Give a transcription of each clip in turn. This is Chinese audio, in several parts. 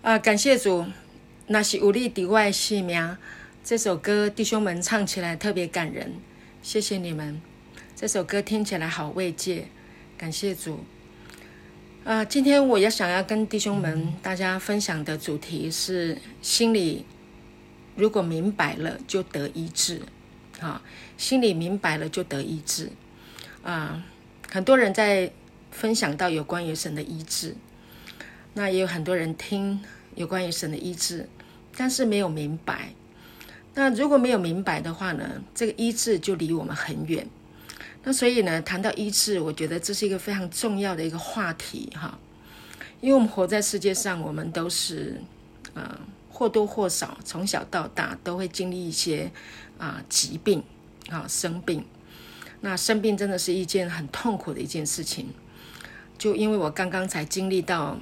感谢主，那是有你伫我的性命。这首歌弟兄们唱起来特别感人，谢谢你们。这首歌听起来好慰藉，感谢主。今天我也想要跟弟兄们大家分享的主题是：心里如果明白了，就得医治。心里明白了就得医治。很多人在分享到有关于神的医治，那也有很多人听有关于神的医治，但是没有明白。那如果没有明白的话呢，这个医治就离我们很远。那所以呢，谈到医治，我觉得这是一个非常重要的一个话题哈。因为我们活在世界上，我们都是或多或少从小到大都会经历一些疾病生病。那生病真的是一件很痛苦的一件事情。就因为我刚刚才经历到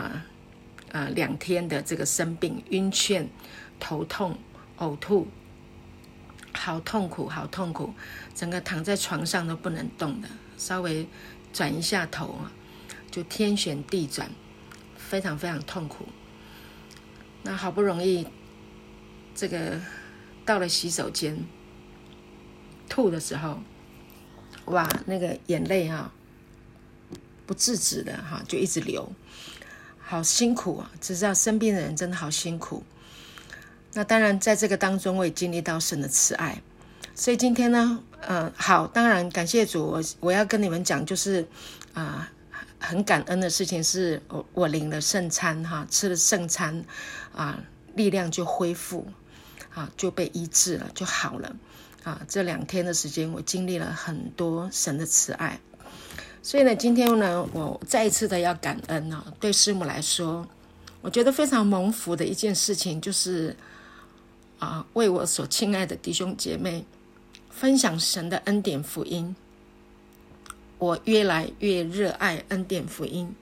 2天的这个生病，晕眩、头痛、呕吐，好痛苦好痛苦，整个躺在床上都不能动的，稍微转一下头就天旋地转，非常非常痛苦。那好不容易这个到了洗手间吐的时候，哇，那个眼泪不自止的就一直流，好辛苦啊！只知道生病的人真的好辛苦。那当然在这个当中我也经历到神的慈爱，所以今天呢当然感谢主，我要跟你们讲就是很感恩的事情是我领了圣餐吃了圣餐力量就恢复就被医治了，就好了这2天的时间我经历了很多神的慈爱。所以呢，今天呢，我再一次的要感恩对师母来说，我觉得非常蒙福的一件事情，就是为我所亲爱的弟兄姐妹分享神的恩典福音。我越来越热爱恩典福音，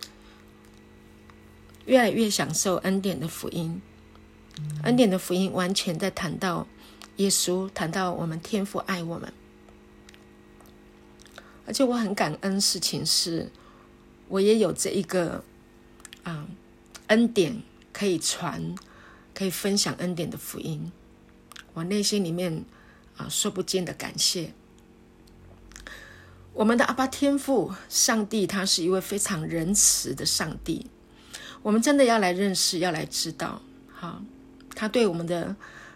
越来越享受恩典的福音。恩典的福音完全在谈到耶稣，谈到我们天父爱我们。而且我很感恩事情是，我也有这一个恩典可以传，可以分享恩典的福音。我内心里面说不尽的感谢。我们的阿爸天父上帝，他是一位非常仁慈的上帝。我们真的要来认识，要来知道他对我们的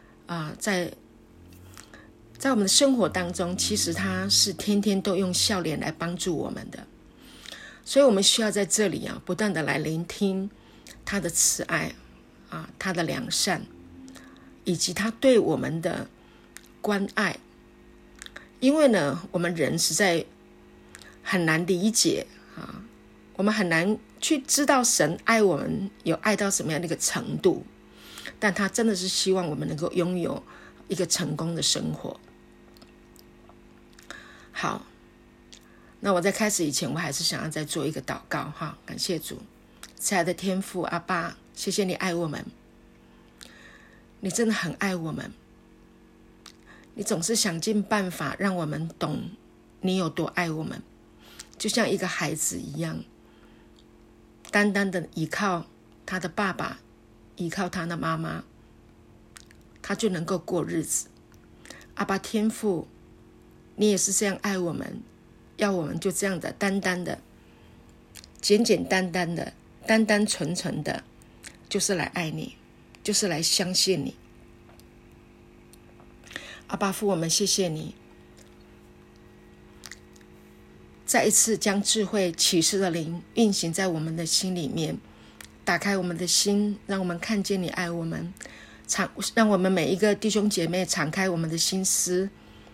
在我们的生活当中，其实他是天天都用笑脸来帮助我们的。所以我们需要在这里不断的来聆听他的慈爱他的良善，以及他对我们的关爱。因为呢，我们人实在很难理解我们很难去知道神爱我们有爱到什么样的一个程度，但他真的是希望我们能够拥有一个成功的生活。好，那我在开始以前，我还是想要再做一个祷告感谢主，慈爱的天父阿爸，谢谢你爱我们，你真的很爱我们，你总是想尽办法让我们懂你有多爱我们，就像一个孩子一样，单单的依靠他的爸爸，依靠他的妈妈，他就能够过日子。阿爸天父，你也是这样爱我们，要我们就这样的单单的简简单单的单单纯纯的就是来爱你，就是来相信你。阿爸父，我们谢谢你再一次将智慧启示的灵运行在我们的心里面，打开我们的心，让我们看见你爱我们，让我们每一个弟兄姐妹敞开我们的心思，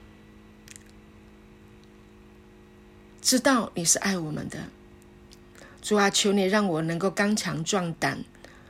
知道你是爱我们的。主啊，求你让我能够刚强壮胆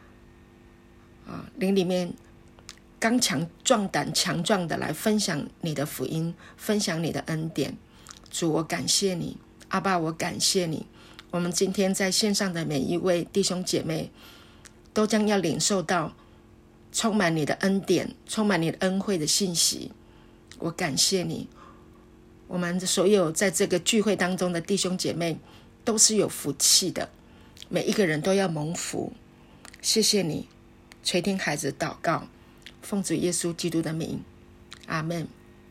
灵里面刚强壮胆强壮的来分享你的福音，分享你的恩典。主，我感谢你，阿爸，我感谢你。我们今天在线上的每一位弟兄姐妹都将要领受到充满你的恩典，充满你的恩惠的信息。我感谢你，我们所有在这个聚会当中的弟兄姐妹都是有福气的，每一个人都要蒙福， 谢谢你垂听孩子祷告，奉主耶稣基督的名，阿们。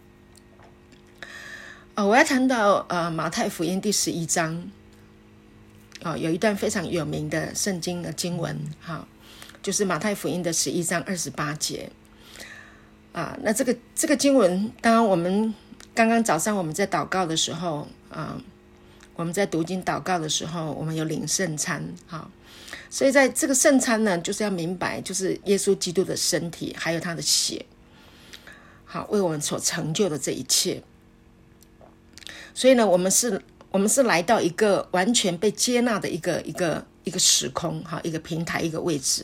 我要谈到马太福音第11章，有一段非常有名的圣经的经文，就是马太福音的11章28节。那这个经文，当然我们刚刚早上我们在祷告的时候，我们在读经祷告的时候，我们有领圣餐，所以在这个圣餐呢，就是要明白，就是耶稣基督的身体还有他的血，为我们所成就的这一切。所以呢，我们是来到一个完全被接纳的一个时空，一个平台，一个位置。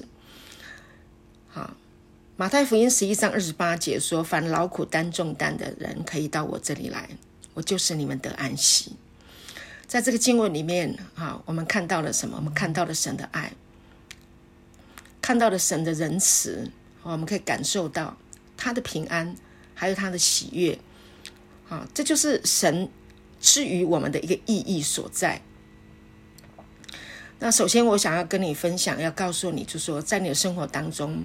马太福音11章28节说，凡劳苦担重担的人可以到我这里来，我就是你们得安息。在这个经文里面，我们看到了什么？我们看到了神的爱，看到了神的仁慈，我们可以感受到他的平安，还有他的喜悦。这就是神赐予我们的一个意义所在。那首先我想要跟你分享，要告诉你，就是说在你的生活当中，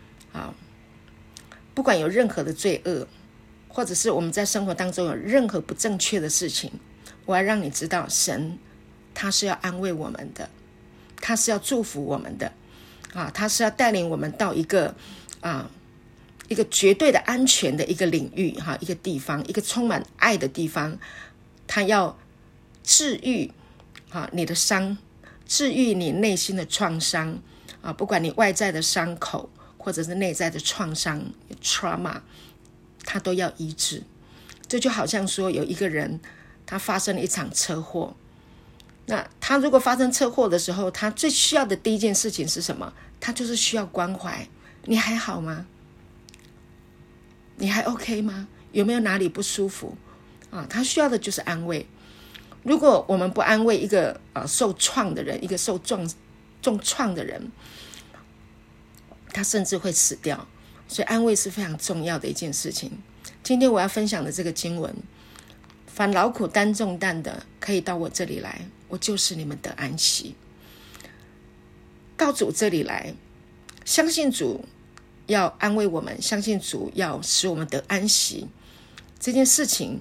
不管有任何的罪恶，或者是我们在生活当中有任何不正确的事情，我要让你知道，神他是要安慰我们的，他是要祝福我们的，他是要带领我们到一个绝对的安全的一个领域，一个地方，一个充满爱的地方。他要治愈你的伤，治愈你内心的创伤，不管你外在的伤口或者是内在的创伤 trauma， 他都要医治。这就好像说有一个人他发生了一场车祸，那他如果发生车祸的时候，他最需要的第一件事情是什么？他就是需要关怀。你还好吗？你还 OK 吗？有没有哪里不舒服？他需要的就是安慰。如果我们不安慰一个受创的人，一个受重创的人，他甚至会死掉。所以安慰是非常重要的一件事情。今天我要分享的这个经文，凡劳苦担重担的可以到我这里来，我就是你们的安息。到主这里来，相信主要安慰我们，相信主要使我们得安息，这件事情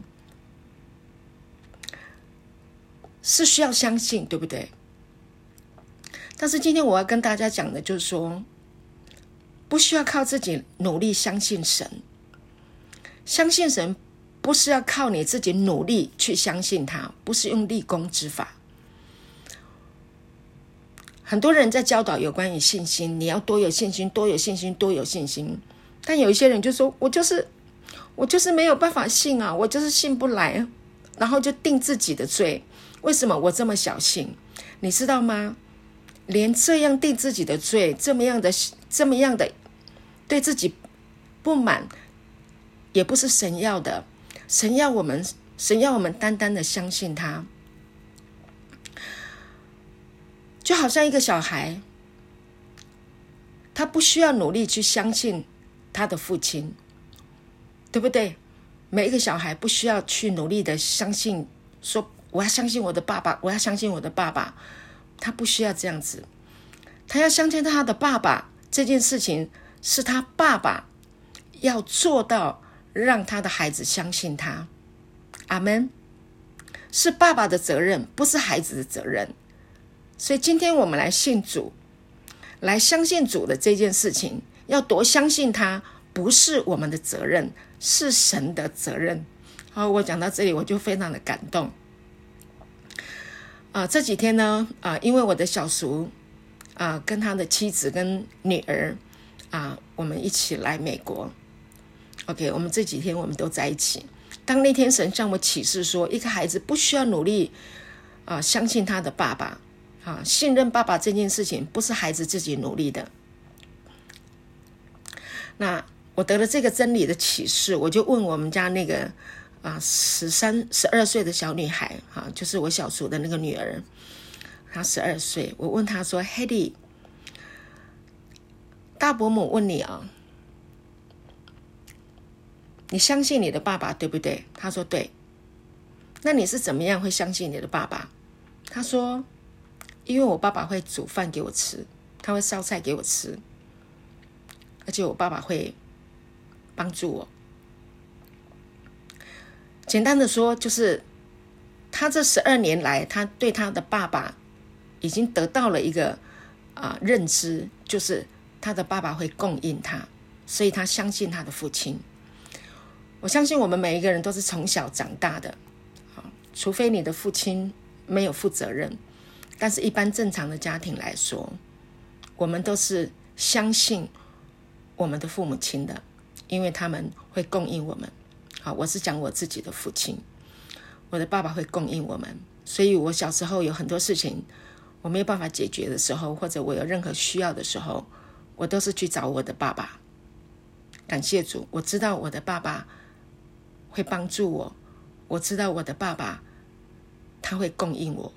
是需要相信，对不对？但是今天我要跟大家讲的就是说，不需要靠自己努力相信神。相信神不是要靠你自己努力去相信他，不是用立功之法。很多人在教导有关于信心，你要多有信心，多有信心，多有信心。但有一些人就说，我就是没有办法信啊，我就是信不来，然后就定自己的罪。为什么我这么小信？你知道吗？连这样定自己的罪，这么样的对自己不满，也不是神要的。神要我们单单的相信他。就好像一个小孩，他不需要努力去相信他的父亲，对不对？每一个小孩不需要去努力的相信，说我要相信我的爸爸，我要相信我的爸爸。他不需要这样子，他要相信他的爸爸。这件事情是他爸爸要做到，让他的孩子相信他。阿们。是爸爸的责任，不是孩子的责任。所以今天我们来信主，来相信主的这件事情，要多相信他，不是我们的责任，是神的责任。好，我讲到这里我就非常的感动。这几天呢，因为我的小叔跟他的妻子跟女儿我们一起来美国。OK， 我们这几天我们都在一起。当那天神向我启示说，一个孩子不需要努力相信他的爸爸信任爸爸这件事情不是孩子自己努力的。那我得了这个真理的启示，我就问我们家那个12岁的小女孩就是我小叔的那个女儿，她12岁。我问她说 Hedy， 大伯母问你你相信你的爸爸对不对？她说对。那你是怎么样会相信你的爸爸？她说因为我爸爸会煮饭给我吃。 他会烧菜给我吃，而且我爸爸会帮助我。简单的说，就是他这12年来，他对他的爸爸已经得到了一个认知，就是他的爸爸会供应他，所以他相信他的父亲。我相信我们每一个人都是从小长大的，除非你的父亲没有负责任，但是一般正常的家庭来说，我们都是相信我们的父母亲的，因为他们会供应我们。我是讲我自己的父亲，我的爸爸会供应我们，所以我小时候有很多事情我没有办法解决的时候，或者我有任何需要的时候，我都是去找我的爸爸。感谢主，我知道我的爸爸会帮助我，我知道我的爸爸他会供应我，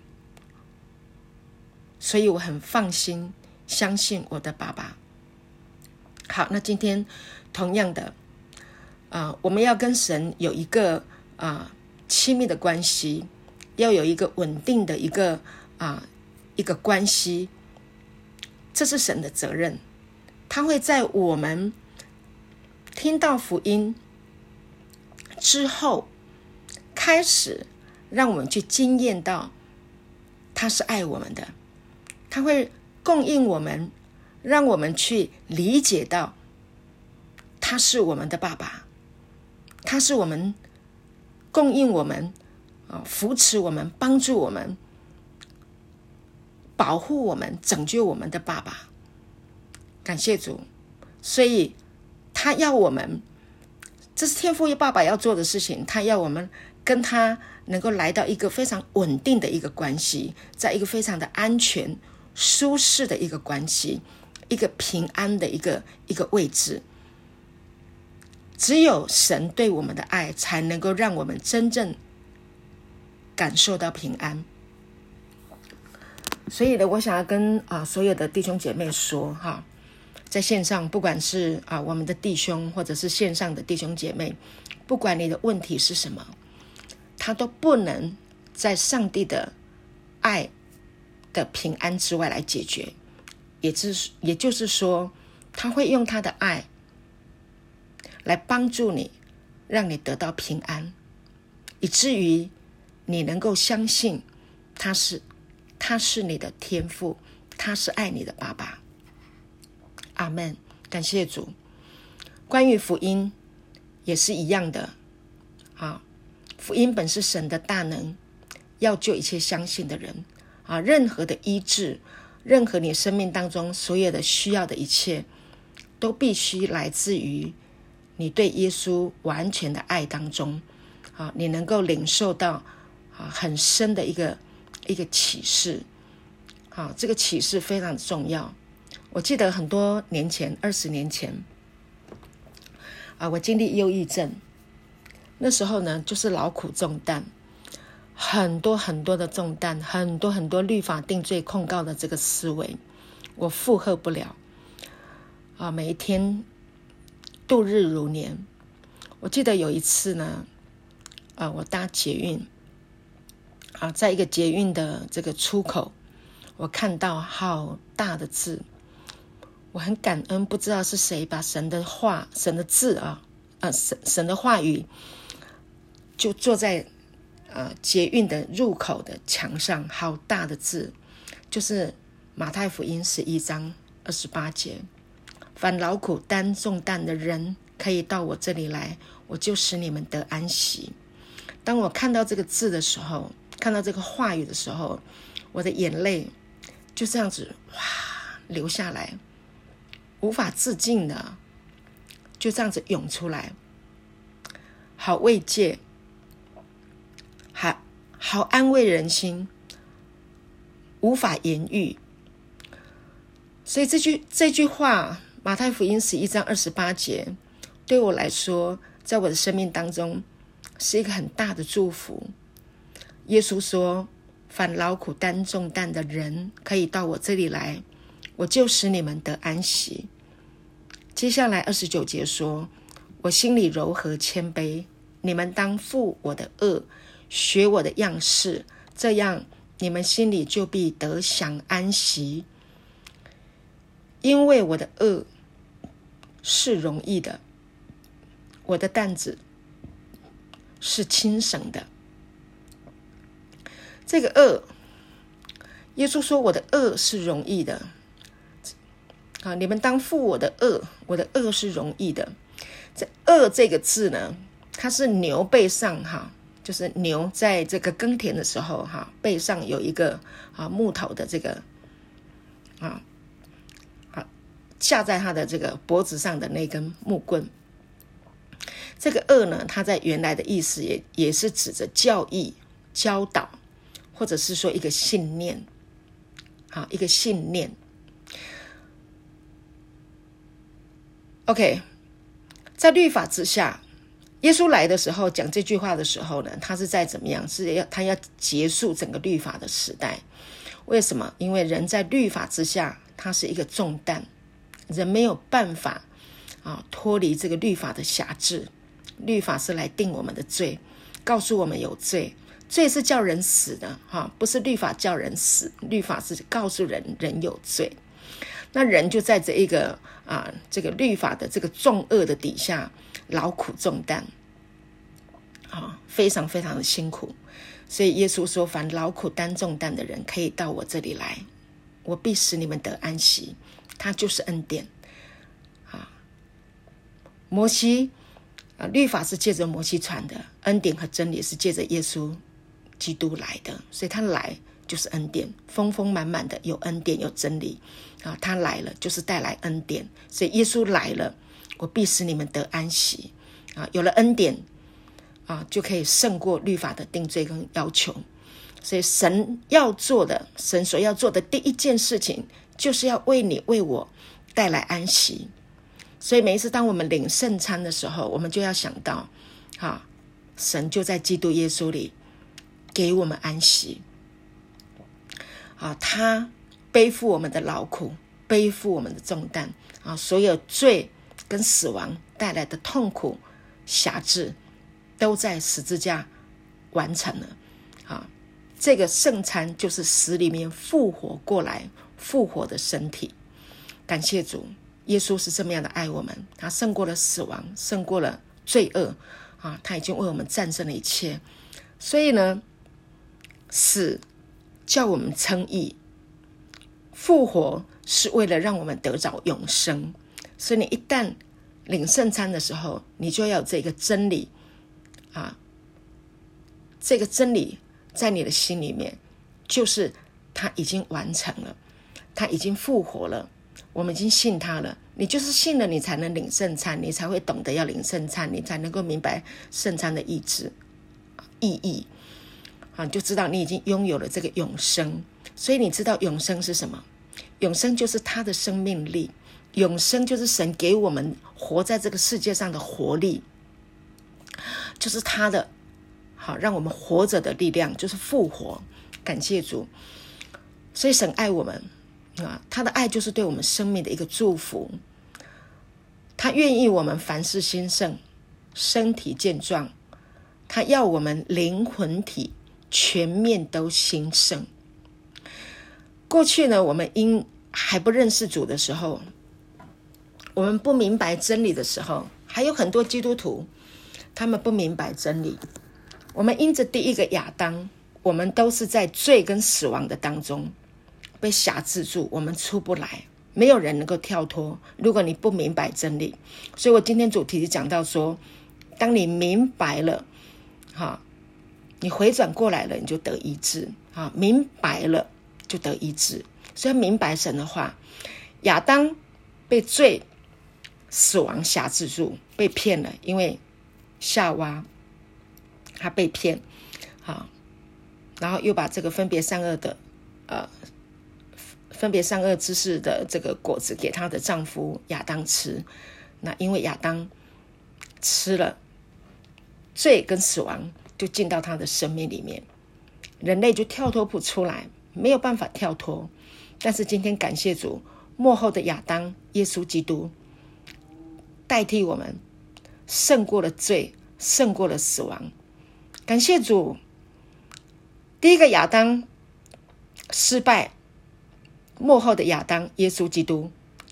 所以我很放心相信我的爸爸。好，那今天同样的我们要跟神有一个亲密的关系，要有一个稳定的一个关系，这是神的责任。他会在我们听到福音之后，开始让我们去经验到他是爱我们的，他会供应我们，让我们去理解到他是我们的爸爸，他是我们供应我们扶持我们，帮助我们，保护我们，拯救我们的爸爸。感谢主。所以他要我们，这是天父爸爸要做的事情，他要我们跟他能够来到一个非常稳定的一个关系，在一个非常的安全舒适的一个关系，一个平安的一个位置。只有神对我们的爱，才能够让我们真正感受到平安。所以呢，我想要跟所有的弟兄姐妹说在线上，不管是我们的弟兄，或者是线上的弟兄姐妹，不管你的问题是什么，他都不能在上帝的爱的平安之外来解决。也就是说，他会用他的爱来帮助你，让你得到平安，以至于你能够相信他是你的天父，他是爱你的爸爸。阿们，感谢主。关于福音也是一样的福音本是神的大能，要救一切相信的人任何的医治，任何你生命当中所有的需要的一切，都必须来自于你对耶稣完全的爱当中你能够领受到很深的一个启示这个启示非常重要。我记得很多年前，20年前我经历忧郁症，那时候呢就是劳苦重担，很多很多的重担，很多很多律法定罪控告的这个思维，我负荷不了每一天度日如年。我记得有一次呢我搭捷运在一个捷运的这个出口，我看到好大的字，我很感恩，不知道是谁把神的话、神的字神的话语就坐在捷运的入口的墙上，好大的字，就是马太福音11章28节，凡劳苦担重担的人可以到我这里来，我就使你们得安息。当我看到这个字的时候，看到这个话语的时候，我的眼泪就这样子流下来，无法自禁的就这样子涌出来，好慰藉，好安慰人心，无法言喻。所以这句话，马太福音11章28节，对我来说，在我的生命当中是一个很大的祝福。耶稣说，凡劳苦担重担的人可以到我这里来，我就使你们得安息。接下来29节说，我心里柔和谦卑，你们当负我的恶，学我的样式，这样你们心里就必得享安息。 因为我的恶是容易的，我的担子是轻省的。这个恶，耶稣说我的恶是容易的，你们当负我的恶，我的恶是容易的。这恶这个字呢，它是牛背上就是牛在这个耕田的时候背上有一个木头的这个架在他的这个脖子上的那根木棍。这个恶呢，它在原来的意思也是指着教义、教导，或者是说一个信念，一个信念。OK， 在律法之下，耶稣来的时候讲这句话的时候呢，他是在怎么样？他要结束整个律法的时代。为什么？因为人在律法之下，他是一个重担，人没有办法脱离这个律法的辖制。律法是来定我们的罪，告诉我们有罪，罪是叫人死的不是律法叫人死，律法是告诉人有罪。那人就在这个律法的这个重恶的底下劳苦重担非常非常的辛苦。所以耶稣说，凡劳苦担重担的人可以到我这里来，我必使你们得安息。他就是恩典摩西律法是借着摩西传的，恩典和真理是借着耶稣基督来的。所以他来就是恩典，丰丰满满的有恩典有真理他来了就是带来恩典。所以耶稣来了，我必使你们得安息有了恩典就可以胜过律法的定罪跟要求。所以神所要做的第一件事情，就是要为你为我带来安息。所以每一次当我们领圣餐的时候，我们就要想到神就在基督耶稣里给我们安息他背负我们的劳苦，背负我们的重担所有罪跟死亡带来的痛苦辖制都在十字架完成了这个圣餐就是死里面复活过来，复活的身体。感谢主，耶稣是这么样的爱我们，他胜过了死亡，胜过了罪恶他已经为我们战胜了一切。所以呢，死叫我们称义，复活是为了让我们得着永生。所以你一旦领圣餐的时候，你就要有这个真理这个真理在你的心里面，就是他已经完成了，他已经复活了，我们已经信他了。你就是信了，你才能领圣餐，你才会懂得要领圣餐，你才能够明白圣餐的意义你就知道你已经拥有了这个永生。所以你知道永生是什么？永生就是他的生命力，永生就是神给我们活在这个世界上的活力，就是他的让我们活着的力量，就是复活。感谢主。所以神爱我们他的爱就是对我们生命的一个祝福。他愿意我们凡事兴盛，身体健壮，他要我们灵魂体全面都兴盛。过去呢，我们因还不认识主的时候，我们不明白真理的时候，还有很多基督徒他们不明白真理。我们因着第一个亚当，我们都是在罪跟死亡的当中被辖制住，我们出不来，没有人能够跳脱，如果你不明白真理。所以我今天主题讲到说，当你明白了你回转过来了，你就得医治明白了就得医治。所以明白神的话，亚当被罪死亡辖制住，被骗了，因为夏娃他被骗然后又把这个分别善恶知识的这个果子给她的丈夫亚当吃。那因为亚当吃了，罪跟死亡就进到他的生命里面，人类就跳脱不出来，没有办法跳脱。但是今天感谢主，末后的亚当耶稣基督代替我们，胜过了罪，胜过了死亡。感谢主，第一个亚当失败，末后的亚当耶稣基督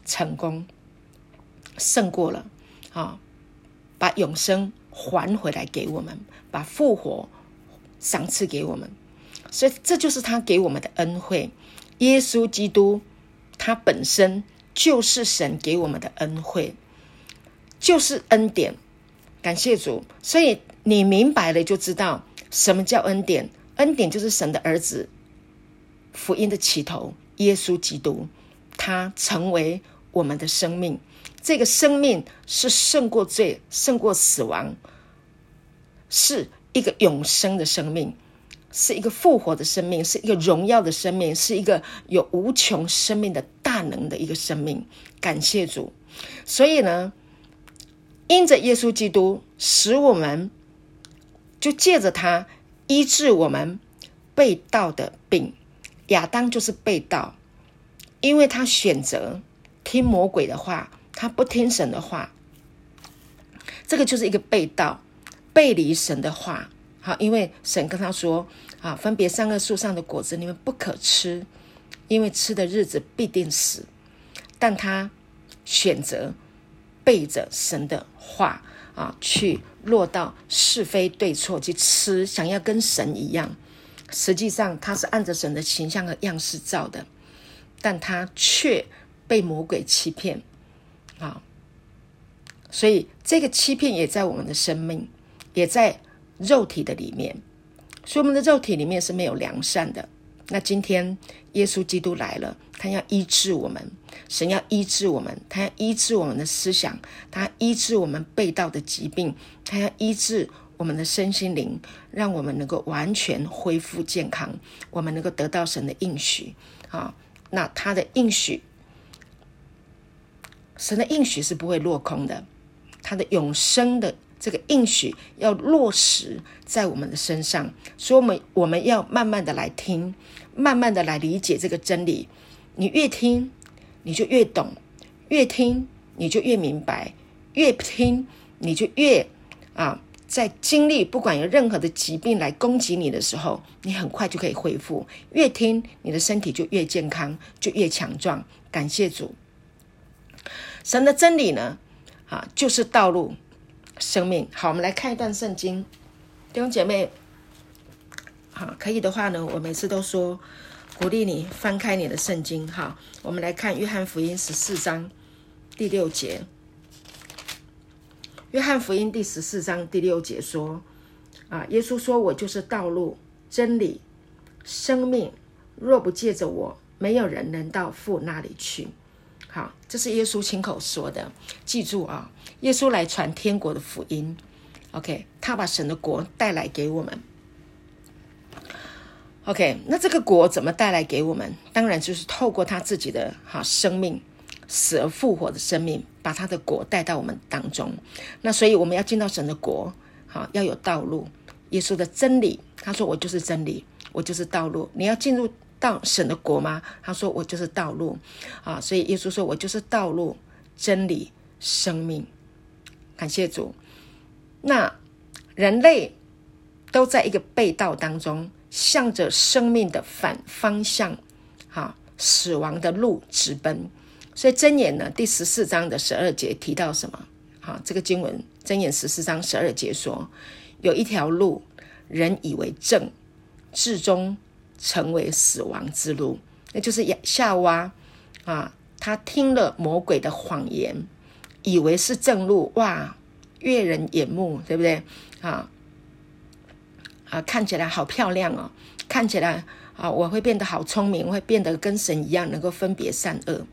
成功，胜过了把永生还回来给我们，把复活赏赐给我们。所以这就是他给我们的恩惠。耶稣基督他本身就是神给我们的恩惠，就是恩典。感谢主。所以你明白了就知道什么叫恩典。恩典就是神的儿子，福音的起头耶稣基督，他成为我们的生命。这个生命是胜过罪，胜过死亡，是一个永生的生命，是一个复活的生命，是一个荣耀的生命，是一个有无穷生命的大能的一个生命。感谢主。所以呢，因着耶稣基督，使我们就借着他医治我们被盗的病。亚当就是被盗，因为他选择听魔鬼的话，他不听神的话，这个就是一个被盗，背离神的话。因为神跟他说分别善恶树上的果子你们不可吃，因为吃的日子必定死。但他选择背着神的话去落到是非对错去吃，想要跟神一样。实际上他是按着神的形象和样式造的，但他却被魔鬼欺骗所以这个欺骗也在我们的生命，也在肉体的里面。所以我们的肉体里面是没有良善的。那今天耶稣基督来了，他要医治我们，神要医治我们，他要医治我们的思想，他要医治我们被盗的疾病，他要医治我们的身心灵，让我们能够完全恢复健康，我们能够得到神的应许那他的应许，神的应许是不会落空的，他的永生的这个应许要落实在我们的身上。所以我们要慢慢的来听，慢慢的来理解这个真理。你越听你就越懂，越听你就越明白，越听你就越在经历不管有任何的疾病来攻击你的时候，你很快就可以恢复。越听你的身体就越健康，就越强壮。感谢主。神的真理呢就是道路生命。好，我们来看一段圣经。弟兄姐妹可以的话呢，我每次都说鼓励你翻开你的圣经。我们来看约翰福音14章第6节。约翰福音第14章第6节说耶稣说，我就是道路真理生命，若不借着我，没有人能到父那里去。好，这是耶稣亲口说的。记住耶稣来传天国的福音。OK， 他把神的国带来给我们。OK， 那这个国怎么带来给我们？当然就是透过他自己的生命，死而复活的生命，把他的国带到我们当中。那所以我们要进到神的国要有道路。耶稣的真理，他说我就是真理，我就是道路。你要进入到神的国吗？他说我就是道路所以耶稣说我就是道路真理生命。感谢主。那人类都在一个背道当中，向着生命的反方向死亡的路直奔。所以箴言呢第14章的12节提到什么这个经文箴言14章12节说，有一条路人以为正，至终成为死亡之路。那就是夏娃他听了魔鬼的谎言，以为是正路，哇，悦人眼目，对不对看起来好漂亮看起来我会变得好聪明，我会变得跟神一样能够分别善恶。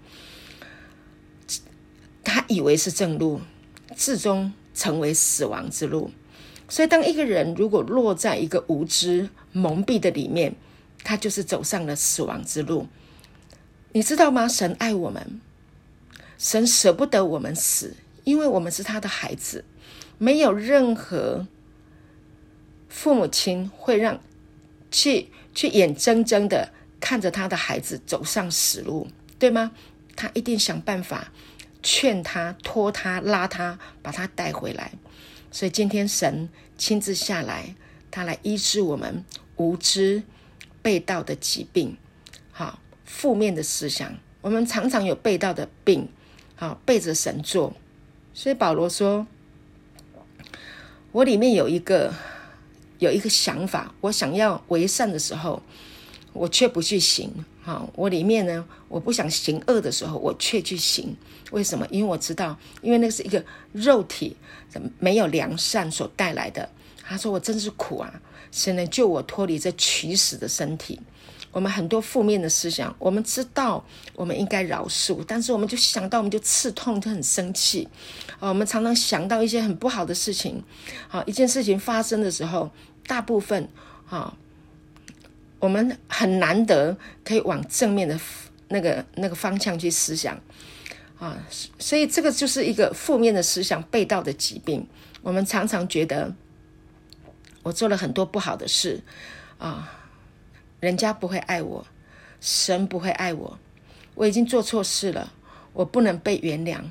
他以为是正路，至终成为死亡之路。所以当一个人如果落在一个无知蒙蔽的里面，他就是走上了死亡之路。你知道吗？神爱我们，神舍不得我们死，因为我们是他的孩子。没有任何父母亲会让去眼睁睁的看着他的孩子走上死路，对吗？他一定想办法劝他、拖他、拉他，把他带回来。所以今天神亲自下来，他来医治我们无知背道的疾病，负面的思想。我们常常有背道的病背着神做。所以保罗说，我里面有一个想法，我想要为善的时候，我却不去行。我里面呢，我不想行恶的时候，我却去行。为什么？因为我知道，因为那是一个肉体没有良善所带来的。他说我真是苦啊，神能救我脱离这取死的身体。我们很多负面的思想，我们知道我们应该饶恕，但是我们就想到，我们就刺痛，就很生气。我们常常想到一些很不好的事情。一件事情发生的时候，大部分我们很难得可以往正面的那个方向去思想。所以这个就是一个负面的思想，背道的疾病。我们常常觉得我做了很多不好的事人家不会爱我，神不会爱我，我已经做错事了，我不能被原谅，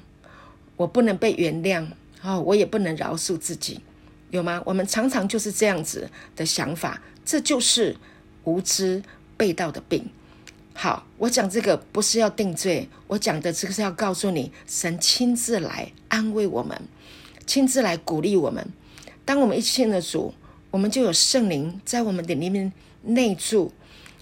我也不能饶恕自己，有吗？我们常常就是这样子的想法，这就是无知背道的病。好，我讲这个不是要定罪，我讲的这个是要告诉你，神亲自来安慰我们，亲自来鼓励我们。当我们一信了主，我们就有圣灵在我们的里面内住。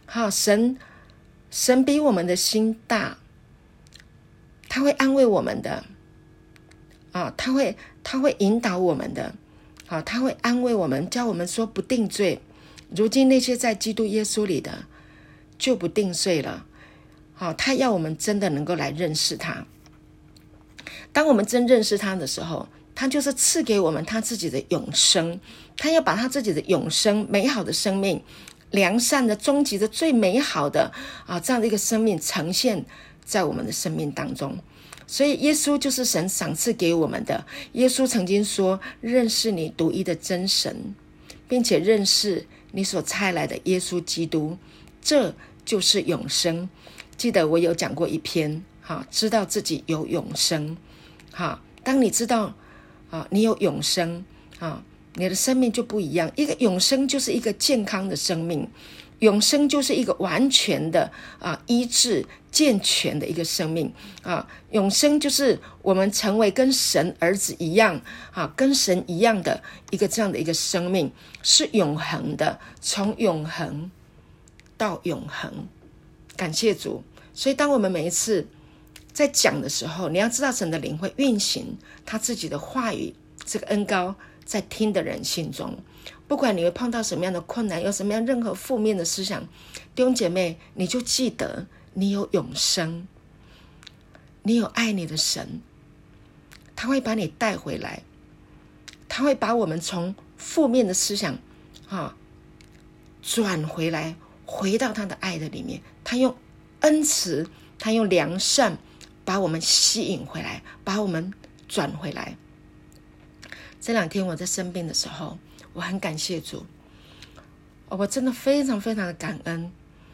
神比我们的心大，他会安慰我们的他会引导我们的他会安慰我们，叫我们说不定罪。如今那些在基督耶稣里的就不定罪了。他要我们真的能够来认识他。当我们真认识他的时候，他就是赐给我们他自己的永生，他要把他自己的永生美好的生命，良善的终极的最美好的这样的一个生命呈现在我们的生命当中。所以耶稣就是神赏赐给我们的。耶稣曾经说，认识你独一的真神，并且认识你所差来的耶稣基督，这就是永生。记得我有讲过一篇知道自己有永生。当你知道你有永生你的生命就不一样。一个永生就是一个健康的生命，永生就是一个完全的医治健全的一个生命永生就是我们成为跟神儿子一样跟神一样的一个这样的一个生命，是永恒的，从永恒到永恒。感谢主。所以当我们每一次在讲的时候，你要知道神的灵会运行他自己的话语，这个恩膏在听的人心中。不管你会碰到什么样的困难，有什么样任何负面的思想，弟兄姐妹，你就记得你有永生，你有爱你的神，他会把你带回来，他会把我们从负面的思想转回来，回到他的爱的里面。他用恩慈，他用良善把我们吸引回来，把我们转回来。这2天我在生病的时候，我很感谢主，我真的非常非常的感恩。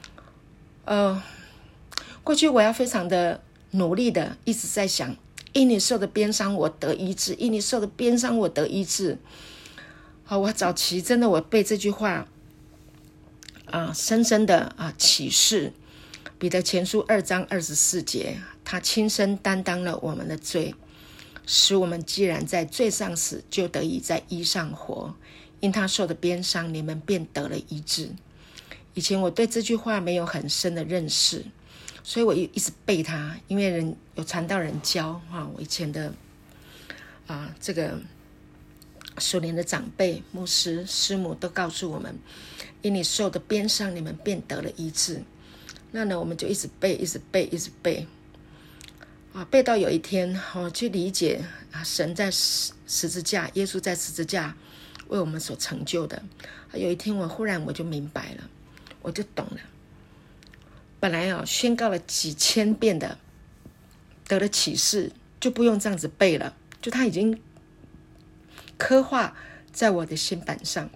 过去我要非常的努力的一直在想，因你受的鞭伤我得医治，因你受的鞭伤我得医治。我早期真的我被这句话深深的启示。彼得前书2章24节，他亲身担当了我们的罪，使我们既然在罪上死，就得以在义上活。因他受的鞭伤，你们便得了医治。以前我对这句话没有很深的认识，所以我一直背它，因为有传道人教我以前的这个属灵的长辈、牧师、师母都告诉我们，因你受的鞭伤，你们便得了医治。那呢，我们就一直背，一直背，一直背背到有一天去理解神在十字架，耶稣在十字架为我们所成就的。有一天忽然我就明白了，我就懂了。本来宣告了几千遍的得了启示，就不用这样子背了，就他已经刻画在我的心板上。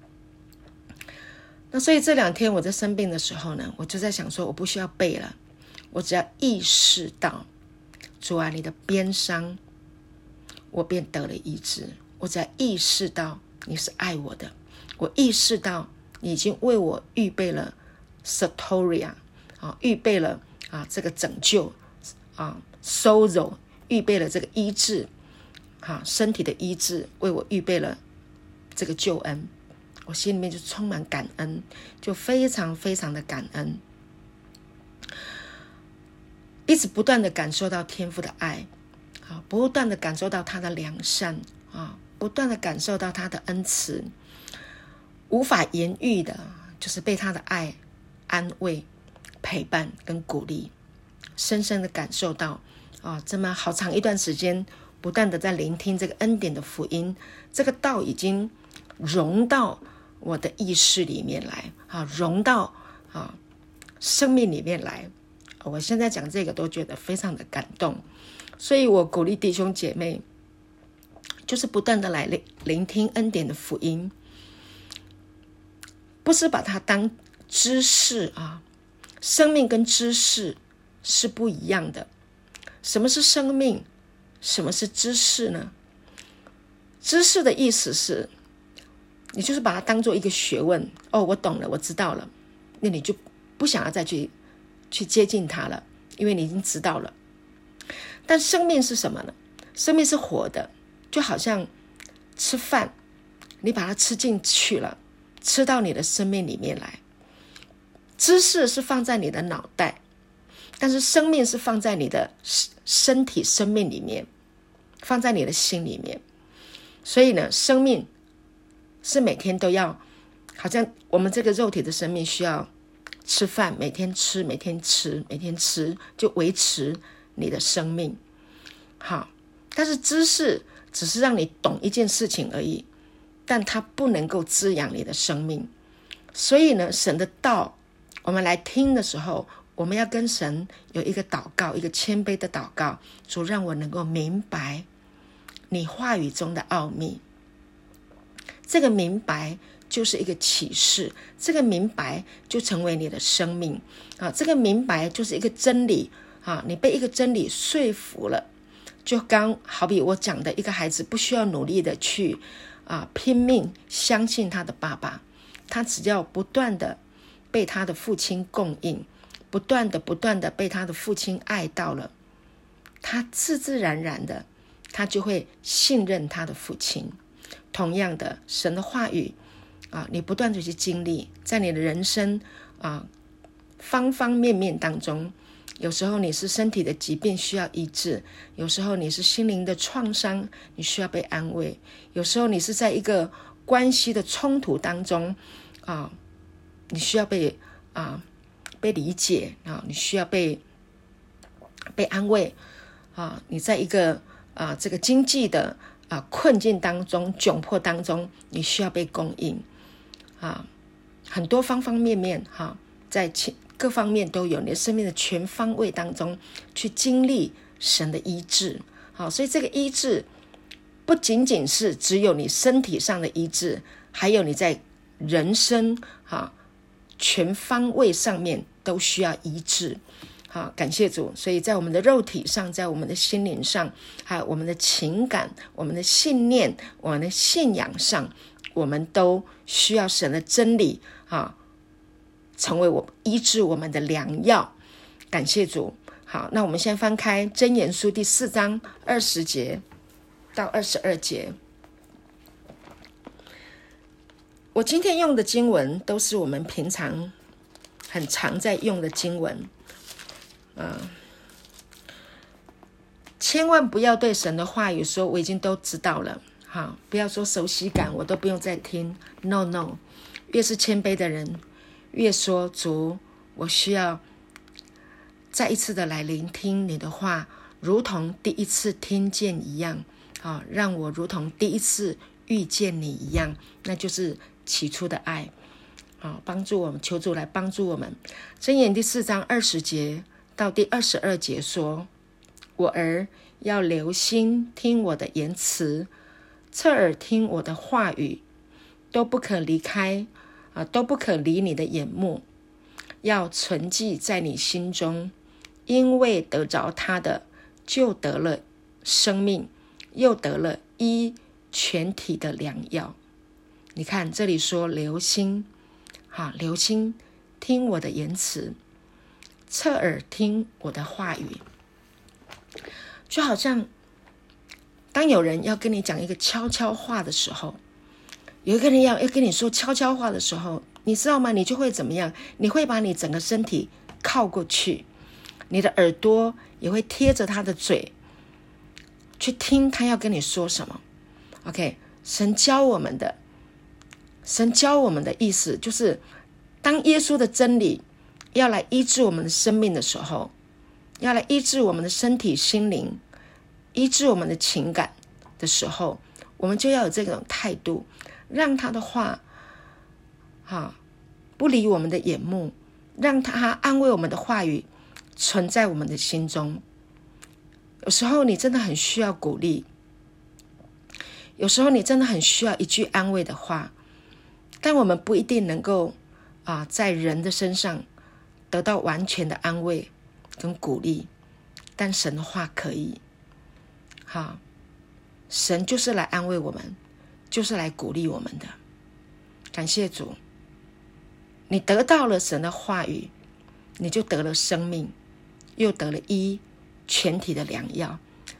那所以这2天我在生病的时候呢，我就在想说，我不需要背了，我只要意识到主啊，你的鞭伤我便得了医治。我只要意识到你是爱我的，我意识到你已经为我预备了 Soteria 预备了这个拯救sozo， 预备了这个医治，身体的医治，为我预备了这个救恩，我心里面就充满感恩，就非常非常的感恩，一直不断的感受到天父的爱，不断的感受到他的良善，不断的感受到他的恩慈，无法言喻的，就是被他的爱安慰、陪伴跟鼓励，深深的感受到这么好长一段时间，不断的在聆听这个恩典的福音，这个道已经融到我的意识里面来，融到生命里面来。我现在讲这个都觉得非常的感动，所以我鼓励弟兄姐妹，就是不断的来聆听恩典的福音，不是把它当知识生命跟知识是不一样的。什么是生命？什么是知识呢？知识的意思是，你就是把它当做一个学问，我懂了，我知道了，那你就不想要再去接近它了，因为你已经知道了。但生命是什么呢？生命是活的，就好像吃饭，你把它吃进去了，吃到你的生命里面来。知识是放在你的脑袋，但是生命是放在你的身体生命里面，放在你的心里面。所以呢，生命是每天都要，好像我们这个肉体的生命需要吃饭，每天吃，每天吃，每天吃，就维持你的生命。好，但是知识只是让你懂一件事情而已，但它不能够滋养你的生命。所以呢，神的道我们来听的时候，我们要跟神有一个祷告，一个谦卑的祷告，主让我能够明白你话语中的奥秘。这个明白就是一个启示，这个明白就成为你的生命这个明白就是一个真理你被一个真理说服了。就刚好比我讲的，一个孩子不需要努力的去拼命相信他的爸爸，他只要不断的被他的父亲供应，不断的被他的父亲爱到了，他自自然然的他就会信任他的父亲。同样的，神的话语你不断的去经历，在你的人生方方面面当中，有时候你是身体的疾病需要医治，有时候你是心灵的创伤，你需要被安慰，有时候你是在一个关系的冲突当中你需要被理解你需要被安慰你在一个这个经济的困境当中、窘迫当中，你需要被供应很多方方面面在各方面都有，你的生命的全方位当中去经历神的医治所以这个医治不仅仅是只有你身体上的医治，还有你在人生全方位上面都需要医治感谢主。所以在我们的肉体上，在我们的心灵上，还有我们的情感、我们的信念、我们的信仰上，我们都需要神的真理成为我医治我们的良药。感谢主。好，那我们先翻开箴言书第4章20节到22节。我今天用的经文都是我们平常很常在用的经文千万不要对神的话语说我已经都知道了不要说熟悉感我都不用再听。 No， 越是谦卑的人越说主，我需要再一次的来聆听你的话，如同第一次听见一样让我如同第一次遇见你一样，那就是起初的爱帮助我们，求主来帮助我们。箴言第4章20节到第22节说，我儿要留心听我的言辞，侧耳听我的话语，都不可离你的眼目，要存记在你心中，因为得着他的就得了生命，又得了医全体的良药。你看这里说留心留心听我的言辞，侧耳听我的话语。 就好像当有人要跟你讲一个悄悄话的时候，有一个人要跟你说悄悄话的时候，你知道吗？你就会怎么样？你会把你整个身体靠过去，你的耳朵也会贴着他的嘴去听他要跟你说什么。 OK， 神教我们的意思就是，当耶稣的真理要来医治我们的生命的时候，要来医治我们的身体心灵，医治我们的情感的时候，我们就要有这种态度，让他的话不离我们的眼目，让他安慰我们的话语存在我们的心中。有时候你真的很需要鼓励，有时候你真的很需要一句安慰的话，但我们不一定能够在人的身上得到完全的安慰跟鼓励，但神的话可以。神就是来安慰我们，就是来鼓励我们的。感谢主，你得到了神的话语，你就得了生命，又得了全体的良药。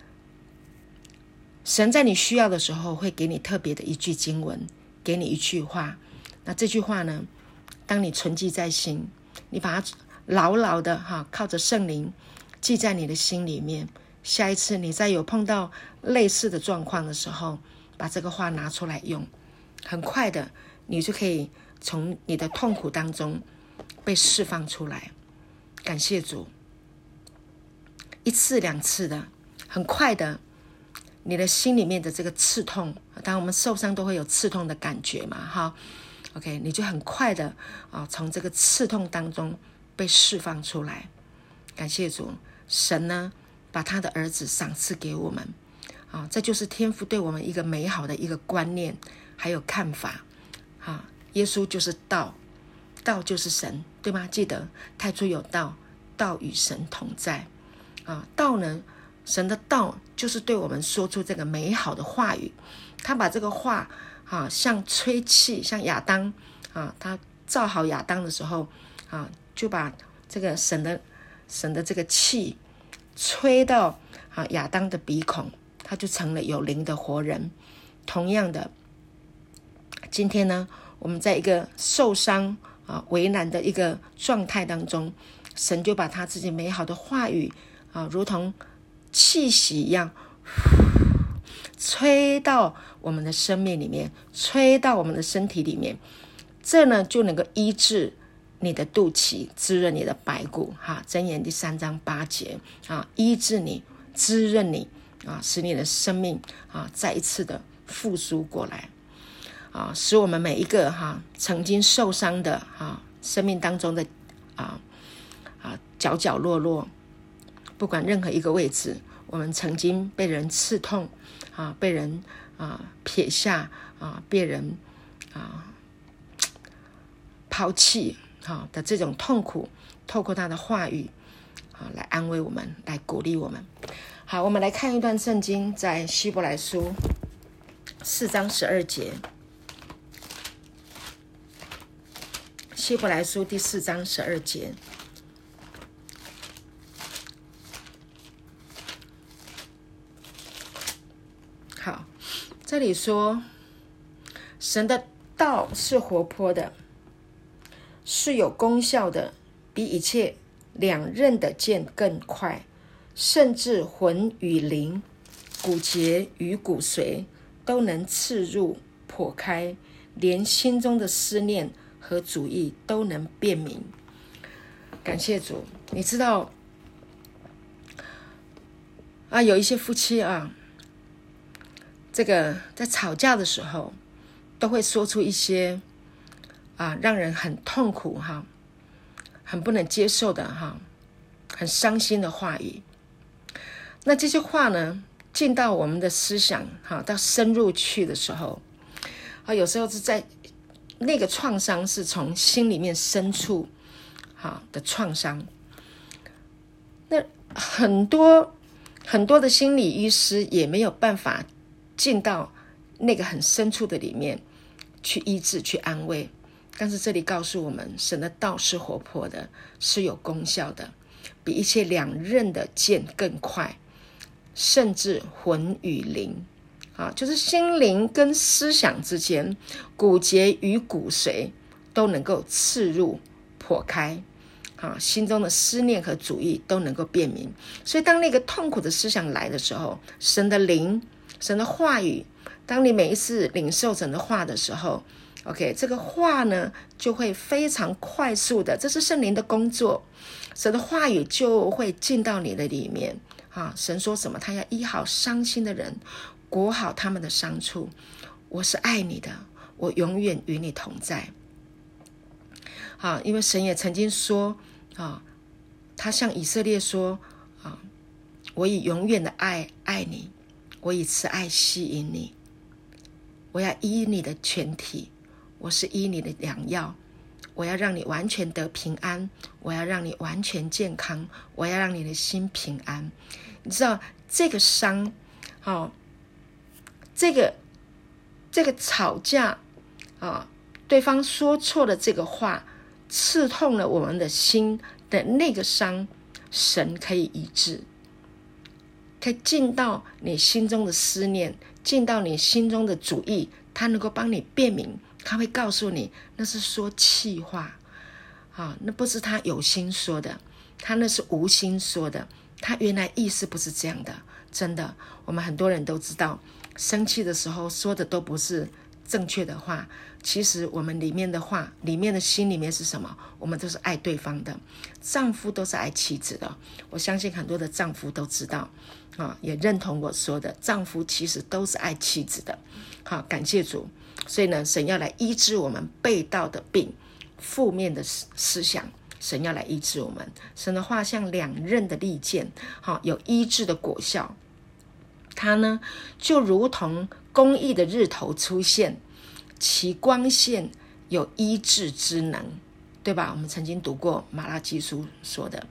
神在你需要的时候会给你特别的一句经文，给你一句话。那这句话呢，当你存记在心，你把它牢牢的靠着圣灵记在你的心里面，下一次你再有碰到类似的状况的时候，把这个话拿出来用，很快的你就可以从你的痛苦当中被释放出来。感谢主，一次两次的，很快的，你的心里面的这个刺痛，当然我们受伤都会有刺痛的感觉嘛，OK， 你就很快的从这个刺痛当中被释放出来。感谢主，神呢把他的儿子赏赐给我们，这就是天父对我们一个美好的一个观念还有看法。耶稣就是道，道就是神，对吗？记得太初有道，道与神同在。道呢，神的道就是对我们说出这个美好的话语。他把这个话像吹气，像亚当他造好亚当的时候就把这个神的这个气吹到亚当的鼻孔，他就成了有灵的活人。同样的，今天呢，我们在一个受伤为难的一个状态当中，神就把他自己美好的话语如同气息一样吹到我们的生命里面，吹到我们的身体里面，这呢就能够医治你的肚脐，滋润你的白骨。箴言第3章8节医治你，滋润你使你的生命再一次的复苏过来使我们每一个曾经受伤的生命当中的角角落落，不管任何一个位置，我们曾经被人刺痛被人撇下被人抛弃的这种痛苦，透过他的话语来安慰我们，来鼓励我们。好，我们来看一段圣经，在希伯来书4章12节。希伯来书第4章12节。好，这里说，神的道是活泼的，是有功效的，比一切两刃的剑更快，甚至魂与灵、骨节与骨髓都能刺入剖开，连心中的思念和主意都能辨明。感谢主。你知道有一些夫妻这个在吵架的时候都会说出一些让人很痛苦很不能接受的很伤心的话语。那这些话呢进到我们的思想到深入去的时候有时候是在那个创伤是从心里面深处的创伤。那很多的心理医师也没有办法进到那个很深处的里面去医治去安慰。但是这里告诉我们，神的道是活泼的，是有功效的，比一切两刃的剑更快， 甚至魂与灵，就是心灵跟思想之间，骨节与骨髓都能够刺入破开，心中的思念和主意都能够辨明。所以当那个痛苦的思想来的时候，神的灵，神的话语，当你每一次领受神的话的时候， OK， 这个话呢就会非常快速的，这是圣灵的工作，神的话语就会进到你的里面。神说什么？他要医好伤心的人，裹好他们的伤处。我是爱你的，我永远与你同在。因为神也曾经说，他向以色列说，我以永远的爱爱你，我以慈爱吸引你，我要医你的全体，我是医你的良药，我要让你完全得平安，我要让你完全健康，我要让你的心平安。你知道这个伤，这个吵架，对方说错了这个话，刺痛了我们的心的那个伤，神可以医治，可以进到你心中的思念，进到你心中的主意，他能够帮你辨明，他会告诉你那是说气话，那不是他有心说的，他那是无心说的，他原来意思不是这样的。真的，我们很多人都知道，生气的时候说的都不是正确的话，其实我们里面的话，里面的心里面是什么？我们都是爱对方的，丈夫都是爱妻子的。我相信很多的丈夫都知道，也认同我说的，丈夫其实都是爱妻子的。感谢主。所以呢，神要来医治我们背道的病，负面的思想，神要来医治我们。神的话像两刃的利剑，有医治的果效。它呢，就如同公义的日头出现，其光线有医治之能，对吧？我们曾经读过马拉基书说的，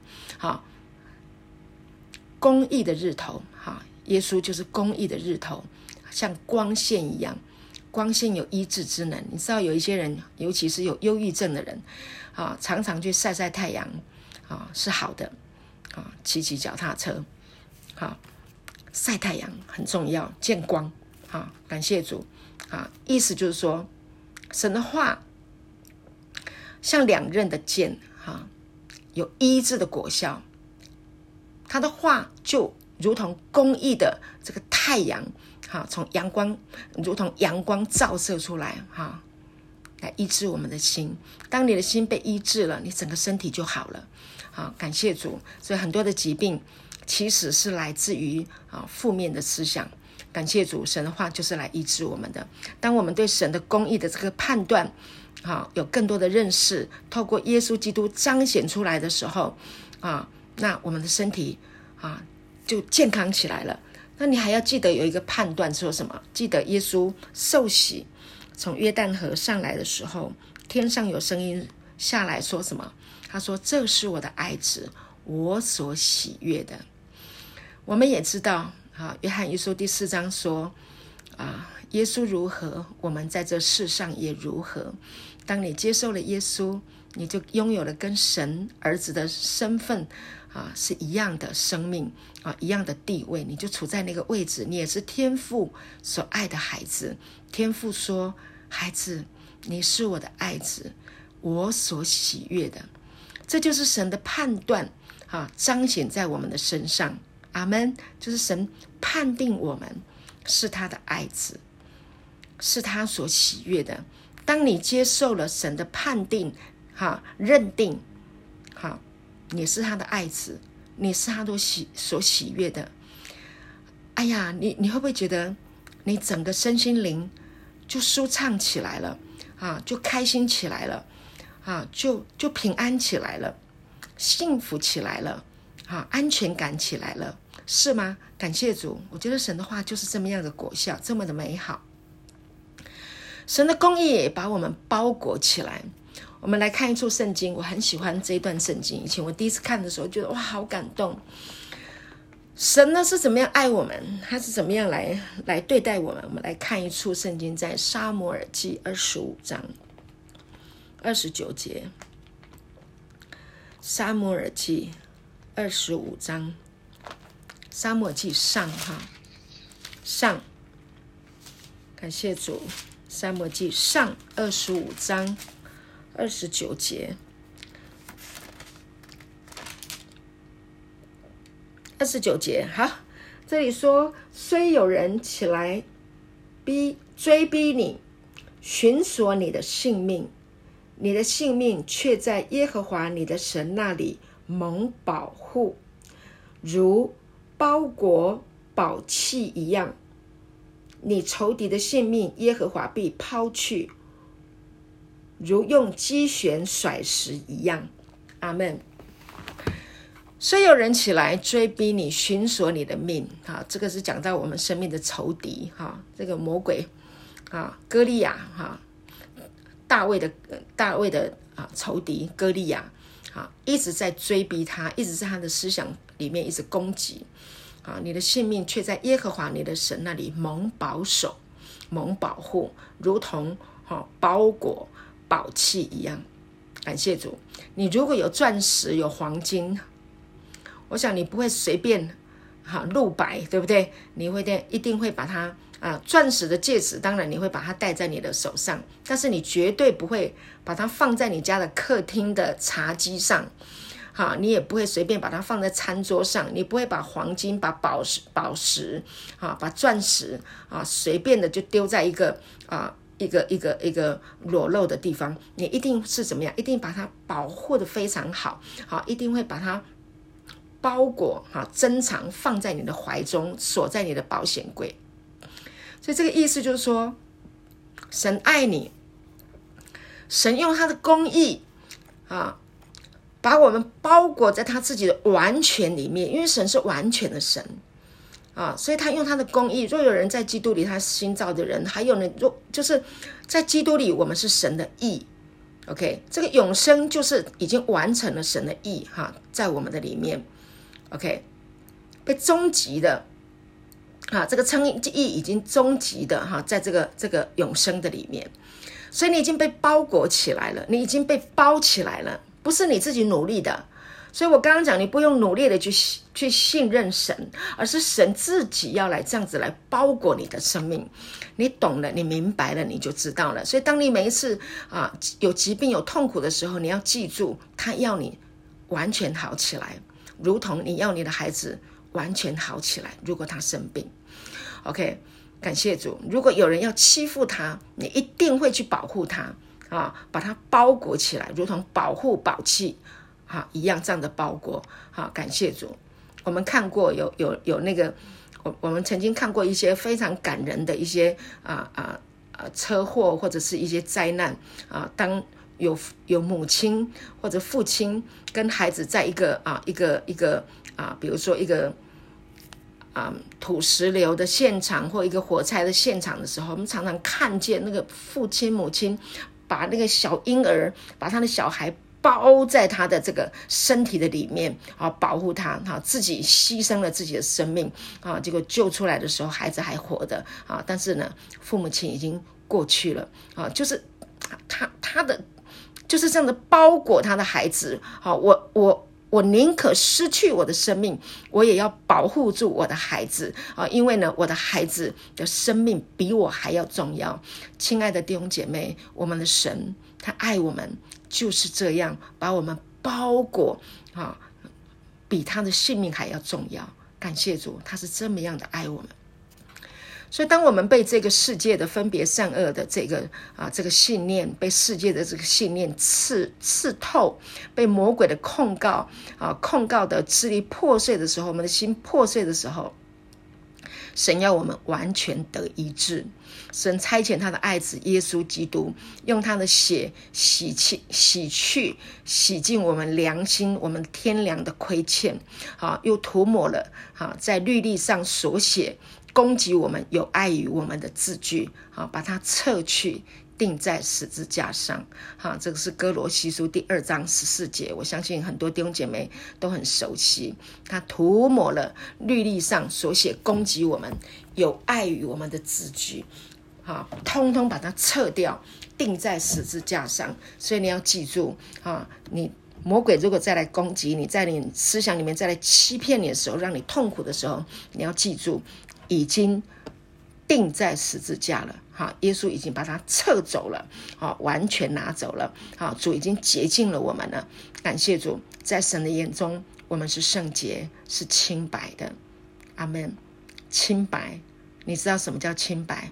公义的日头，耶稣就是公义的日头，像光线一样，光线有医治之能。你知道有一些人，尤其是有忧郁症的人，常常去晒晒太阳，是好的，骑脚踏车，晒太阳很重要，见光，感谢主，意思就是说，神的话像两刃的剑，有医治的果效。他的话就如同公义的这个太阳，从阳光，如同阳光照射出来，来医治我们的心。当你的心被医治了，你整个身体就好了。感谢主。所以很多的疾病其实是来自于负面的思想。感谢主，神的话就是来医治我们的。当我们对神的公义的这个判断，有更多的认识，透过耶稣基督彰显出来的时候，那我们的身体就健康起来了。那你还要记得有一个判断，说什么？记得耶稣受洗从约旦河上来的时候，天上有声音下来说什么？他说：“这是我的爱子，我所喜悦的。”我们也知道，约翰一书第4章说，耶稣如何，我们在这世上也如何。当你接受了耶稣，你就拥有了跟神儿子的身份是一样的生命，一样的地位，你就处在那个位置，你也是天父所爱的孩子。天父说：“孩子，你是我的爱子，我所喜悦的。”这就是神的判断，彰显在我们的身上。阿们。就是神判定我们是他的爱子，是他所喜悦的。当你接受了神的判定，认定，你是他的爱子，你是他所喜悦的。哎呀，你会不会觉得你整个身心灵就舒畅起来了，就开心起来了，就平安起来了，幸福起来了，安全感起来了，是吗？感谢主。我觉得神的话就是这么样的果效，这么的美好。神的公义也把我们包裹起来。我们来看一处圣经，我很喜欢这一段圣经。以前我第一次看的时候觉得哇，好感动。神呢是怎么样爱我们，他是怎么样来对待我们。我们来看一处圣经，在撒母耳记25章29节。撒母耳记25章撒母耳记上上，感谢主。撒母耳记上25章29节，29节，好，这里说，虽有人起来追逼你，寻索你的性命，你的性命却在耶和华你的神那里蒙保护，如包裹宝器一样。你仇敌的性命，耶和华必抛去，如用机旋甩石一样。阿们。虽有人起来追逼你，寻索你的命，这个是讲到我们生命的仇敌，这个魔鬼，歌利亚，大卫的仇敌歌利亚，一直在追逼他，一直在他的思想里面一直攻击。你的性命却在耶和华你的神那里蒙保守、蒙保护，如同包裹宝器一样。感谢主，你如果有钻石、有黄金，我想你不会随便露白，对不对？你一定会把它钻石的戒指，当然你会把它戴在你的手上，但是你绝对不会把它放在你家的客厅的茶几上。你也不会随便把它放在餐桌上，你不会把黄金、把宝石、把钻石随便的就丢在一个裸露的地方。你一定是怎么样？一定把它保护得非常好，一定会把它包裹珍藏，放在你的怀中，锁在你的保险柜。所以这个意思就是说，神爱你，神用他的公义把我们包裹在他自己的完全里面，因为神是完全的神所以他用他的公义。若有人在基督里，他新造的人，还有呢，就是在基督里，我们是神的义。OK， 这个永生就是已经完成了神的义在我们的里面。OK， 被终极的这个称义已经终极的在这个永生的里面，所以你已经被包裹起来了，你已经被包起来了。不是你自己努力的，所以我刚刚讲，你不用努力的去信任神，而是神自己要来这样子来包裹你的生命。你懂了，你明白了，你就知道了。所以当你每一次有疾病有痛苦的时候，你要记住，他要你完全好起来，如同你要你的孩子完全好起来。如果他生病 ，OK， 感谢主。如果有人要欺负他，你一定会去保护他。把它包裹起来，如同保护宝器一样，这样的包裹。感谢主。我们看过有那个，我们曾经看过一些非常感人的一些车祸或者是一些灾难当有母亲或者父亲跟孩子在一个比如说一个土石流的现场或一个火灾的现场的时候，我们常常看见那个父亲母亲把那个小婴儿，把他的小孩包在他的这个身体的里面保护他自己牺牲了自己的生命结果救出来的时候孩子还活的但是呢父母亲已经过去了就是他的就是这样的包裹他的孩子我宁可失去我的生命，我也要保护住我的孩子因为呢，我的孩子的生命比我还要重要。亲爱的弟兄姐妹，我们的神他爱我们，就是这样把我们包裹比他的性命还要重要。感谢主，他是这么样的爱我们。所以当我们被这个世界的分别善恶的这个信念，被世界的这个信念刺透，被魔鬼的控告的支离破碎的时候，我们的心破碎的时候，神要我们完全得医治。神差遣他的爱子耶稣基督，用他的血洗净我们良心，我们天良的亏欠又涂抹了在律例上所写攻击我们有碍于我们的字句把它撤去，钉在十字架上这个是哥罗西书第2章14节，我相信很多弟兄姐妹都很熟悉。他涂抹了律例上所写攻击我们有碍于我们的字句通通把它撤掉，钉在十字架上。所以你要记住魔鬼如果再来攻击你，在你思想里面再来欺骗你的时候，让你痛苦的时候，你要记住，已经钉在十字架了。耶稣已经把它撤走了，完全拿走了。主已经洁净了我们了。感谢主，在神的眼中，我们是圣洁，是清白的。阿们。清白，你知道什么叫清白？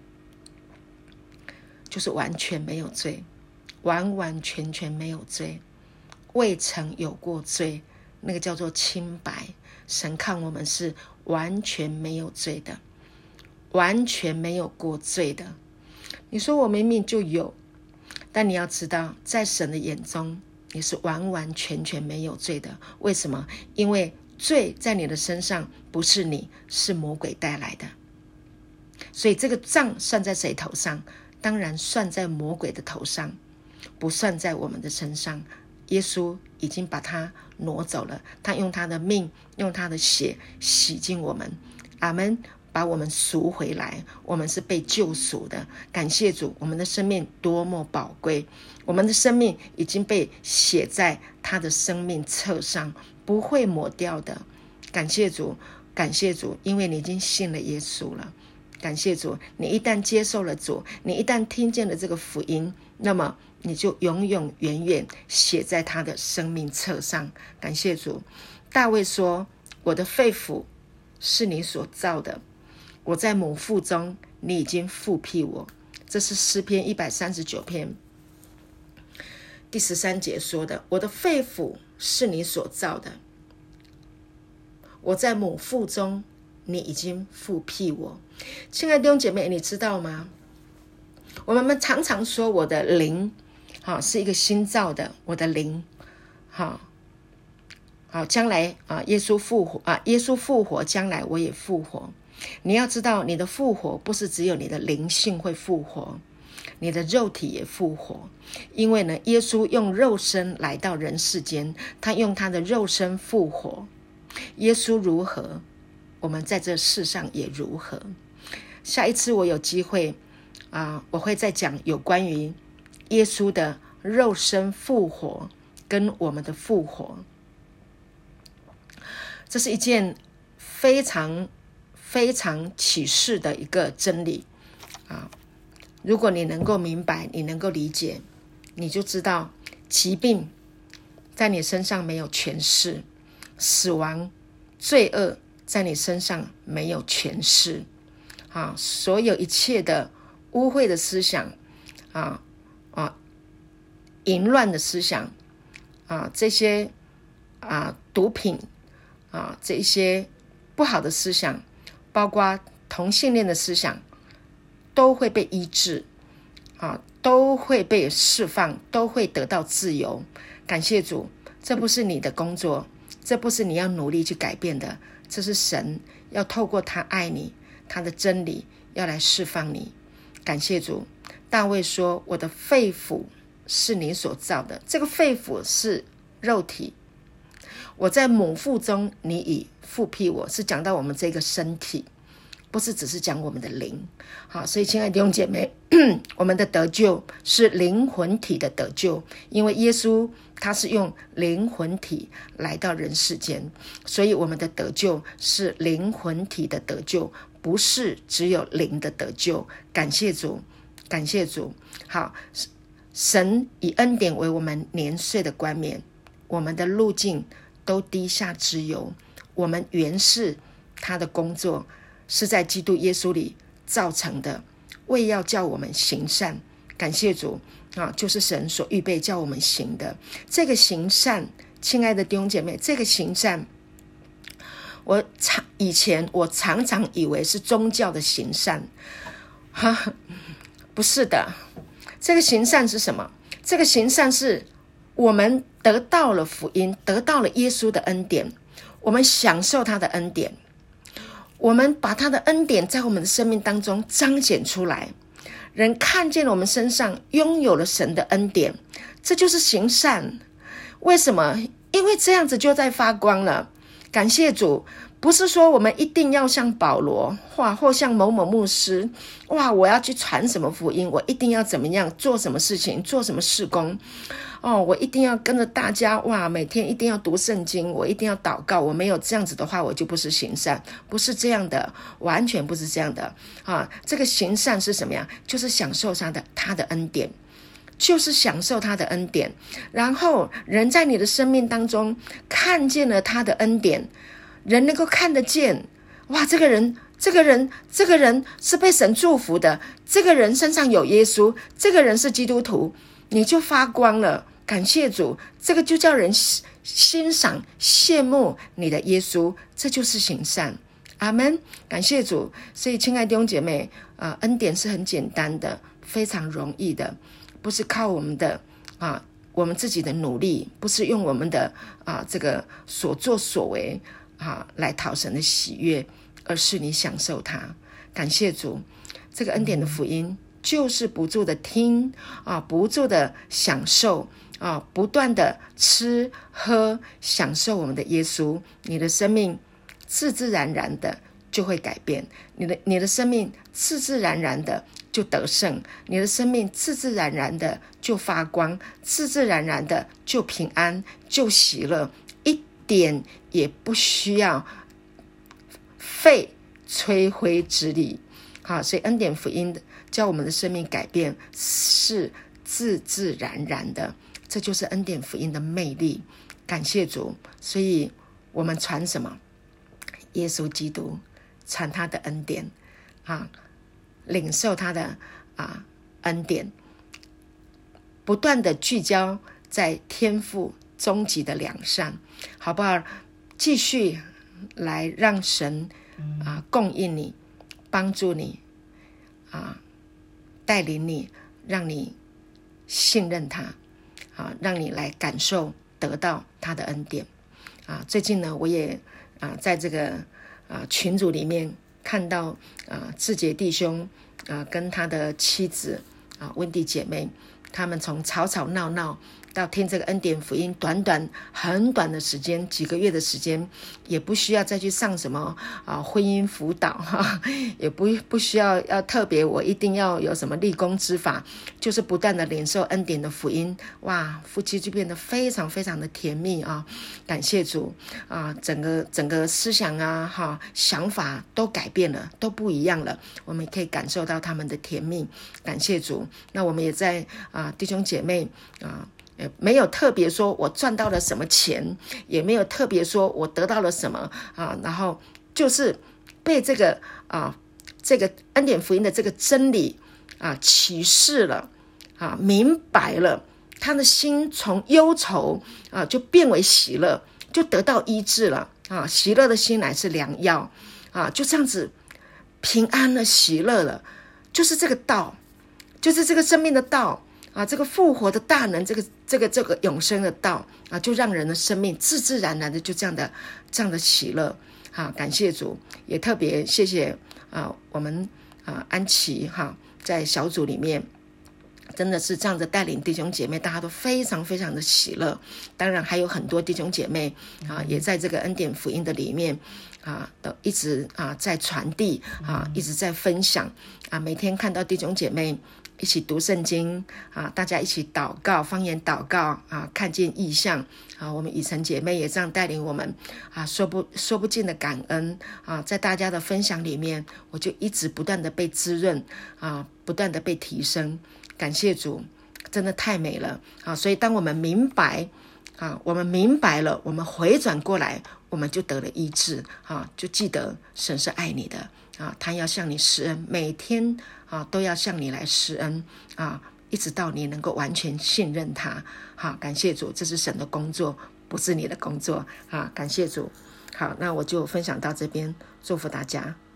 就是完全没有罪，完完全全没有罪，未曾有过罪，那个叫做清白。神看我们是完全没有罪的，完全没有过罪的。你说我明明就有，但你要知道，在神的眼中，你是完完全全没有罪的。为什么？因为罪在你的身上不是你，是魔鬼带来的。所以这个账算在谁头上？当然算在魔鬼的头上，不算在我们的身上。耶稣已经把它挪走了，他用他的命，用他的血洗净我们。阿们。把我们赎回来，我们是被救赎的。感谢主，我们的生命多么宝贵，我们的生命已经被写在他的生命册上，不会抹掉的。感谢主，感谢主，因为你已经信了耶稣了。感谢主，你一旦接受了主，你一旦听见了这个福音，那么你就永永远远写在他的生命册上。感谢主。大卫说，我的肺腑是你所造的，我在母腹中，你已经复辟我。这是诗篇139篇第13节说的，我的肺腑是你所造的，我在母腹中，你已经复辟我。亲爱的弟兄姐妹，你知道吗？我们常常说我的灵是一个新造的，我的灵将来耶稣复活，将来我也复活。你要知道，你的复活不是只有你的灵性会复活，你的肉体也复活。因为呢，耶稣用肉身来到人世间，他用他的肉身复活。耶稣如何，我们在这世上也如何。下一次我有机会我会再讲有关于耶稣的肉身复活跟我们的复活。这是一件非常非常启示的一个真理如果你能够明白，你能够理解，你就知道疾病在你身上没有权势，死亡罪恶在你身上没有权势所有一切的污秽的思想淫乱的思想这些毒品这一些不好的思想，包括同性恋的思想，都会被医治都会被释放，都会得到自由。感谢主，这不是你的工作，这不是你要努力去改变的，这是神要透过他爱你，他的真理要来释放你。感谢主。大卫说，我的肺腑是你所造的。这个肺腑是肉体，我在母腹中，你已复辟我，是讲到我们这个身体，不是只是讲我们的灵。好，所以亲爱的弟兄姐妹，我们的得救是灵魂体的得救，因为耶稣他是用灵魂体来到人世间，所以我们的得救是灵魂体的得救，不是只有灵的得救。感谢主，感谢主。好，神以恩典为我们年岁的冠冕，我们的路径都低下之油。我们原是他的工作，是在基督耶稣里造成的，为要叫我们行善。感谢主就是神所预备叫我们行的。这个行善，亲爱的弟兄姐妹，这个行善，以前我常常以为是宗教的行善不是的。这个行善是什么？这个行善是我们得到了福音，得到了耶稣的恩典，我们享受他的恩典，我们把他的恩典在我们的生命当中彰显出来，人看见了我们身上拥有了神的恩典，这就是行善。为什么？因为这样子就在发光了。感谢主，不是说我们一定要像保罗或像某某牧师我要去传什么福音，我一定要怎么样做什么事情，做什么事工我一定要跟着大家，哇，每天一定要读圣经，我一定要祷告，我没有这样子的话，我就不是行善，不是这样的，完全不是这样的这个行善是什么呀？就是享受他的恩典，就是享受他的恩典，然后人在你的生命当中看见了他的恩典，人能够看得见，哇，这个人是被神祝福的，这个人身上有耶稣，这个人是基督徒，你就发光了。感谢主，这个就叫人欣赏羡慕你的耶稣，这就是行善。阿们，感谢主。所以亲爱的弟兄姐妹，恩典是很简单的，非常容易的，不是靠我们自己的努力，不是用我们的这个所作所为来讨神的喜悦，而是你享受它。感谢主，这个恩典的福音就是不住的听不住的享受不断的吃喝享受我们的耶稣，你的生命自自然然的就会改变，你的生命自自然然的就得胜，你的生命自自然然的就发光，自自然然的就平安，就喜乐，一点也不需要费吹灰之力。所以恩典福音叫我们的生命改变是自自然然的，这就是恩典福音的魅力。感谢主，所以我们传什么？耶稣基督，传他的恩典领受他的恩典，不断的聚焦在天父终极的良善，好不好？继续来让神供应你，帮助你带领你，让你信任他让你来感受得到他的恩典最近呢，我也在这个群组里面看到志杰弟兄跟他的妻子温蒂姐妹，他们从吵吵闹闹到听这个恩典福音，很短的时间，几个月的时间，也不需要再去上什么婚姻辅导也不需要特别我一定要有什么立功之法，就是不断的领受恩典的福音，哇，夫妻就变得非常非常的甜蜜感谢主整个思想想法都改变了，都不一样了，我们也可以感受到他们的甜蜜。感谢主。那我们也在弟兄姐妹没有特别说我赚到了什么钱，也没有特别说我得到了什么然后就是被这个恩典福音的这个真理启示了明白了，他的心从忧愁就变为喜乐，就得到医治了喜乐的心乃是良药就这样子平安了，喜乐了，就是这个道，就是这个生命的道这个复活的大能，这个永生的道就让人的生命自自然然的就这样的喜乐感谢主。也特别谢谢我们安琪在小组里面真的是这样的带领弟兄姐妹，大家都非常非常的喜乐。当然还有很多弟兄姐妹也在这个恩典福音的里面都一直在传递一直在分享每天看到弟兄姐妹一起读圣经大家一起祷告，方言祷告看见异象我们以晨姐妹也这样带领我们说不尽的感恩在大家的分享里面，我就一直不断的被滋润不断的被提升。感谢主，真的太美了所以当我们明白了，我们回转过来，我们就得了医治就记得神是爱你的他要向你施恩，每天都要向你来施恩一直到你能够完全信任他感谢主，这是神的工作，不是你的工作感谢主。好，那我就分享到这边，祝福大家。